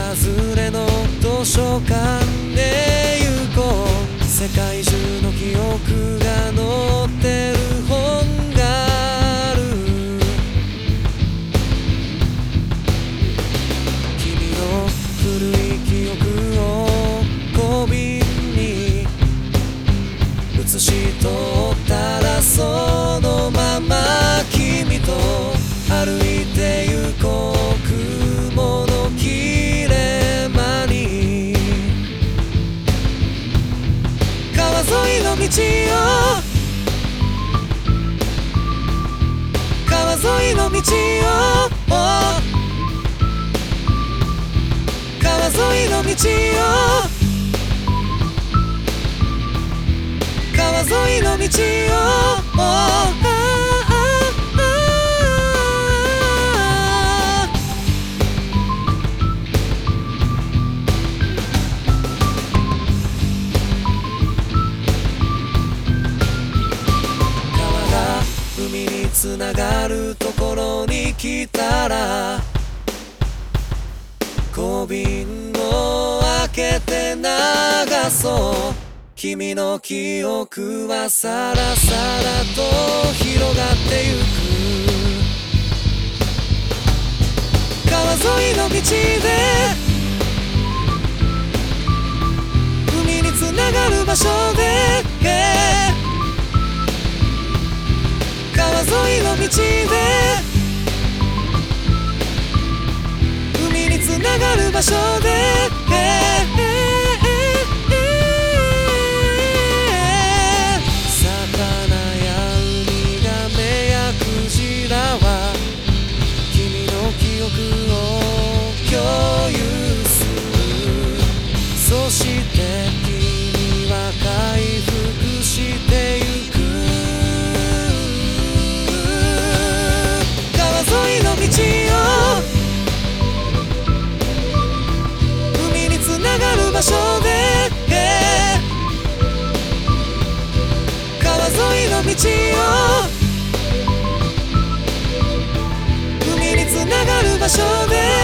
外れの図書館へ行こう。世界中の記憶が載ってる本がある。君の古い記憶を小瓶に写し取ったら、そのまま君と歩いて行こう。雲の切れ間に川沿いの道を、川沿いの道を、川沿いの道を、川沿いの道を、海につながるところに来たら、小瓶を開けて流そう。君の記憶はさらさらと広がってゆく。川沿いの道で海につながる場所で、川沿いの道で海につながる場所で、魚やウミガメやクジラは君の記憶を共有する。そして君は回復してゆく。川沿いの道を海につながる場所で、川沿いの道を海につながる場所で